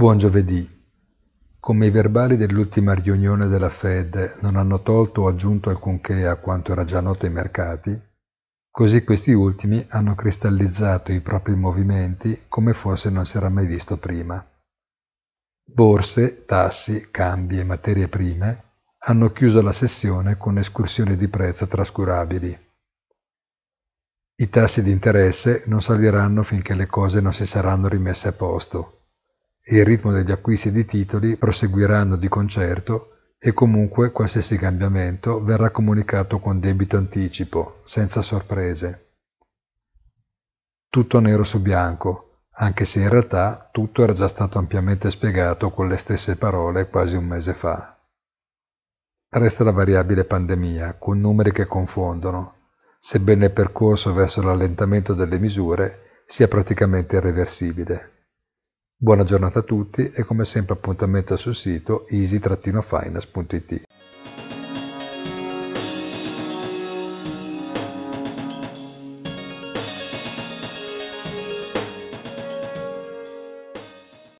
Buon giovedì. Come i verbali dell'ultima riunione della Fed non hanno tolto o aggiunto alcunché a quanto era già noto ai mercati, così questi ultimi hanno cristallizzato i propri movimenti come forse non si era mai visto prima. Borse, tassi, cambi e materie prime hanno chiuso la sessione con escursioni di prezzo trascurabili. I tassi di interesse non saliranno finché le cose non si saranno rimesse a posto e il ritmo degli acquisti di titoli proseguiranno di concerto e comunque qualsiasi cambiamento verrà comunicato con debito anticipo, senza sorprese. Tutto nero su bianco, anche se in realtà tutto era già stato ampiamente spiegato con le stesse parole quasi un mese fa. Resta la variabile pandemia, con numeri che confondono, sebbene il percorso verso l'allentamento delle misure sia praticamente irreversibile. Buona giornata a tutti e come sempre appuntamento sul sito easy-finance.it.